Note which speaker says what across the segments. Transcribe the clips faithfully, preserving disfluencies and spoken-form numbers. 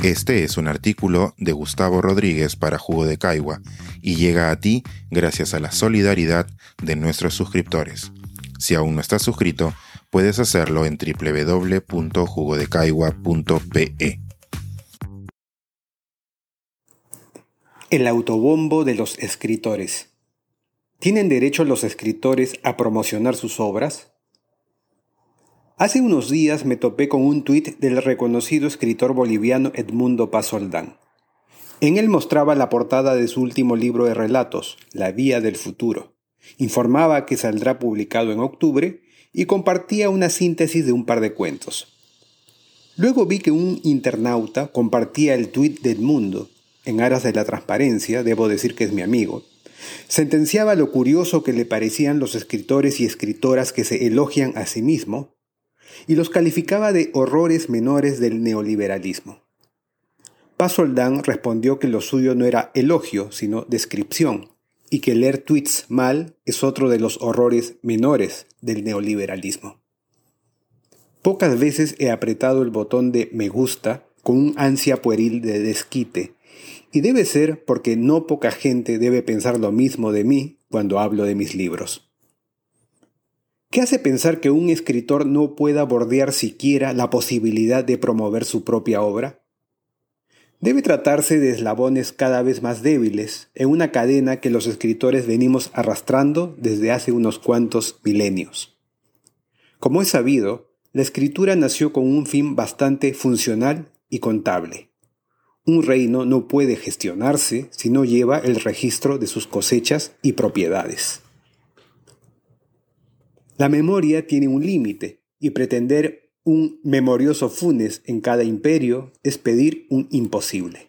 Speaker 1: Este es un artículo de Gustavo Rodríguez para Jugo de Caigua y llega a ti gracias a la solidaridad de nuestros suscriptores. Si aún no estás suscrito, puedes hacerlo en doble u doble u doble u punto jugo de caigua punto pe.
Speaker 2: El autobombo de los escritores. ¿Tienen derecho los escritores a promocionar sus obras? Hace unos días me topé con un tuit del reconocido escritor boliviano Edmundo Paz Soldán. En él mostraba la portada de su último libro de relatos, La Vía del Futuro. Informaba que saldrá publicado en octubre y compartía una síntesis de un par de cuentos. Luego vi que un internauta compartía el tuit de Edmundo. En aras de la transparencia, debo decir que es mi amigo. Sentenciaba lo curioso que le parecían los escritores y escritoras que se elogian a sí mismos y los calificaba de horrores menores del neoliberalismo. Paz Soldán respondió que lo suyo no era elogio, sino descripción, y que leer tweets mal es otro de los horrores menores del neoliberalismo. Pocas veces he apretado el botón de me gusta con un ansia pueril de desquite, y debe ser porque no poca gente debe pensar lo mismo de mí cuando hablo de mis libros. ¿Qué hace pensar que un escritor no pueda bordear siquiera la posibilidad de promover su propia obra? Debe tratarse de eslabones cada vez más débiles en una cadena que los escritores venimos arrastrando desde hace unos cuantos milenios. Como es sabido, la escritura nació con un fin bastante funcional y contable. Un reino no puede gestionarse si no lleva el registro de sus cosechas y propiedades. La memoria tiene un límite y pretender un memorioso Funes en cada imperio es pedir un imposible.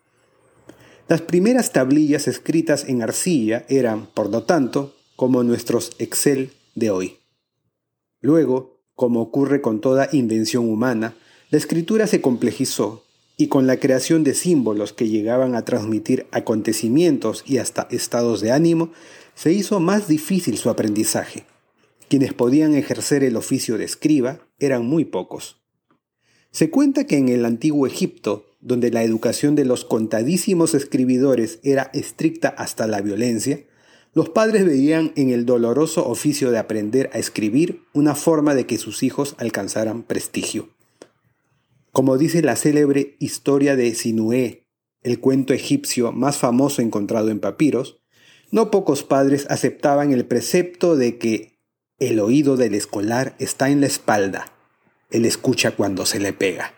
Speaker 2: Las primeras tablillas escritas en arcilla eran, por lo tanto, como nuestros Excel de hoy. Luego, como ocurre con toda invención humana, la escritura se complejizó y con la creación de símbolos que llegaban a transmitir acontecimientos y hasta estados de ánimo, se hizo más difícil su aprendizaje. Quienes podían ejercer el oficio de escriba eran muy pocos. Se cuenta que en el antiguo Egipto, donde la educación de los contadísimos escribidores era estricta hasta la violencia, los padres veían en el doloroso oficio de aprender a escribir una forma de que sus hijos alcanzaran prestigio. Como dice la célebre historia de Sinué, el cuento egipcio más famoso encontrado en papiros, no pocos padres aceptaban el precepto de que el oído del escolar está en la espalda. Él escucha cuando se le pega.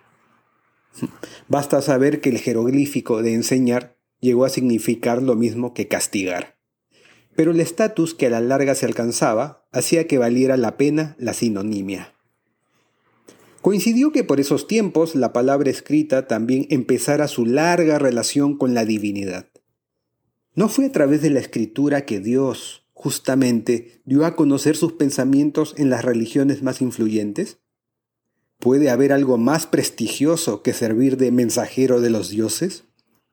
Speaker 2: Basta saber que el jeroglífico de enseñar llegó a significar lo mismo que castigar. Pero el estatus que a la larga se alcanzaba hacía que valiera la pena la sinonimia. Coincidió que por esos tiempos la palabra escrita también empezara su larga relación con la divinidad. ¿No fue a través de la escritura que Dios, justamente, dio a conocer sus pensamientos en las religiones más influyentes? ¿Puede haber algo más prestigioso que servir de mensajero de los dioses?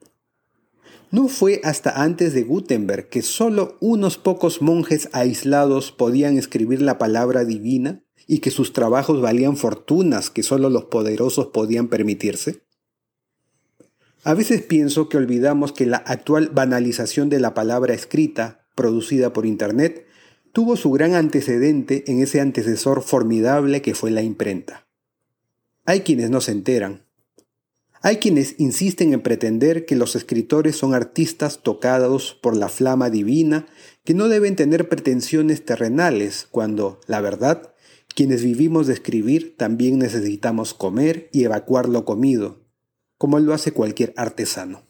Speaker 2: ¿No fue hasta antes de Gutenberg que solo unos pocos monjes aislados podían escribir la palabra divina y que sus trabajos valían fortunas que solo los poderosos podían permitirse? A veces pienso que olvidamos que la actual banalización de la palabra escrita, producida por Internet, tuvo su gran antecedente en ese antecesor formidable que fue la imprenta. Hay quienes no se enteran. Hay quienes insisten en pretender que los escritores son artistas tocados por la flama divina que no deben tener pretensiones terrenales, cuando, la verdad, quienes vivimos de escribir también necesitamos comer y evacuar lo comido, como lo hace cualquier artesano.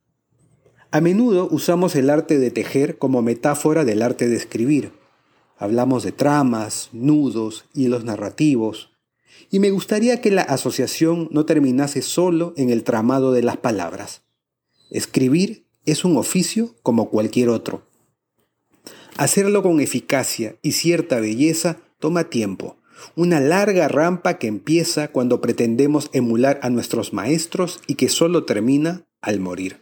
Speaker 2: A menudo usamos el arte de tejer como metáfora del arte de escribir. Hablamos de tramas, nudos, hilos narrativos, y me gustaría que la asociación no terminase solo en el tramado de las palabras. Escribir es un oficio como cualquier otro. Hacerlo con eficacia y cierta belleza toma tiempo, una larga rampa que empieza cuando pretendemos emular a nuestros maestros y que solo termina al morir.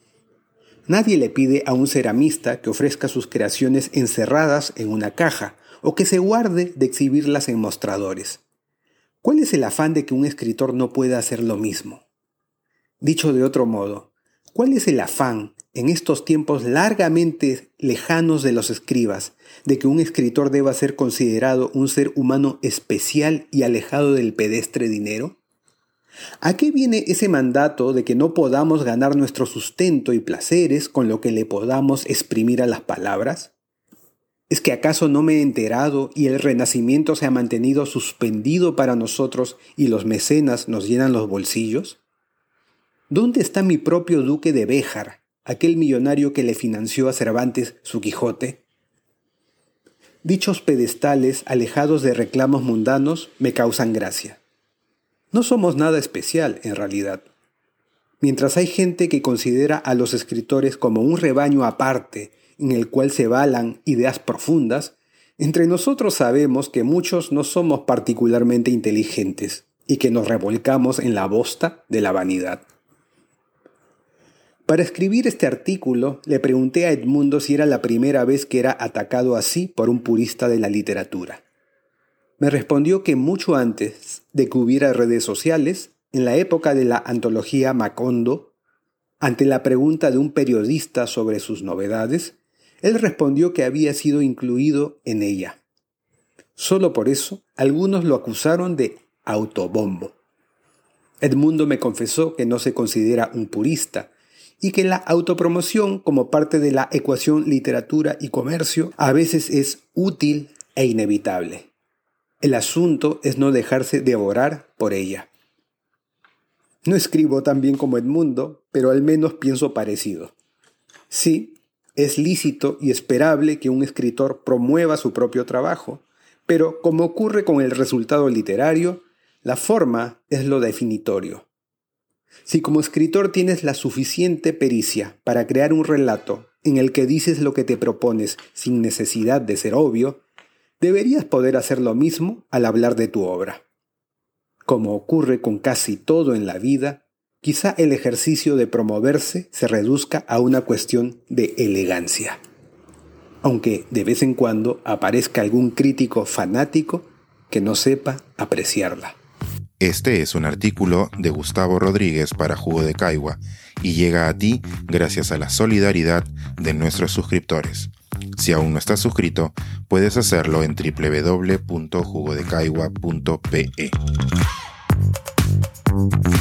Speaker 2: Nadie le pide a un ceramista que ofrezca sus creaciones encerradas en una caja o que se guarde de exhibirlas en mostradores. ¿Cuál es el afán de que un escritor no pueda hacer lo mismo? Dicho de otro modo, ¿cuál es el afán, en estos tiempos largamente lejanos de los escribas, de que un escritor deba ser considerado un ser humano especial y alejado del pedestre dinero? ¿A qué viene ese mandato de que no podamos ganar nuestro sustento y placeres con lo que le podamos exprimir a las palabras? ¿Es que acaso no me he enterado y el Renacimiento se ha mantenido suspendido para nosotros y los mecenas nos llenan los bolsillos? ¿Dónde está mi propio duque de Béjar, aquel millonario que le financió a Cervantes su Quijote? Dichos pedestales, alejados de reclamos mundanos, me causan gracia. No somos nada especial, en realidad. Mientras hay gente que considera a los escritores como un rebaño aparte, en el cual se balan ideas profundas, entre nosotros sabemos que muchos no somos particularmente inteligentes y que nos revolcamos en la bosta de la vanidad. Para escribir este artículo, le pregunté a Edmundo si era la primera vez que era atacado así por un purista de la literatura. Me respondió que mucho antes de que hubiera redes sociales, en la época de la antología Macondo, ante la pregunta de un periodista sobre sus novedades, él respondió que había sido incluido en ella. Solo por eso, algunos lo acusaron de autobombo. Edmundo me confesó que no se considera un purista y que la autopromoción, como parte de la ecuación literatura y comercio, a veces es útil e inevitable. El asunto es no dejarse devorar por ella. No escribo tan bien como Edmundo, pero al menos pienso parecido. Sí, es lícito y esperable que un escritor promueva su propio trabajo, pero como ocurre con el resultado literario, la forma es lo definitorio. Si como escritor tienes la suficiente pericia para crear un relato en el que dices lo que te propones sin necesidad de ser obvio, deberías poder hacer lo mismo al hablar de tu obra. Como ocurre con casi todo en la vida, quizá el ejercicio de promoverse se reduzca a una cuestión de elegancia. Aunque de vez en cuando aparezca algún crítico fanático que no sepa apreciarla.
Speaker 1: Este es un artículo de Gustavo Rodríguez para Jugo de Caigua y llega a ti gracias a la solidaridad de nuestros suscriptores. Si aún no estás suscrito, puedes hacerlo en doble u doble u doble u punto jugo de caigua punto pe e.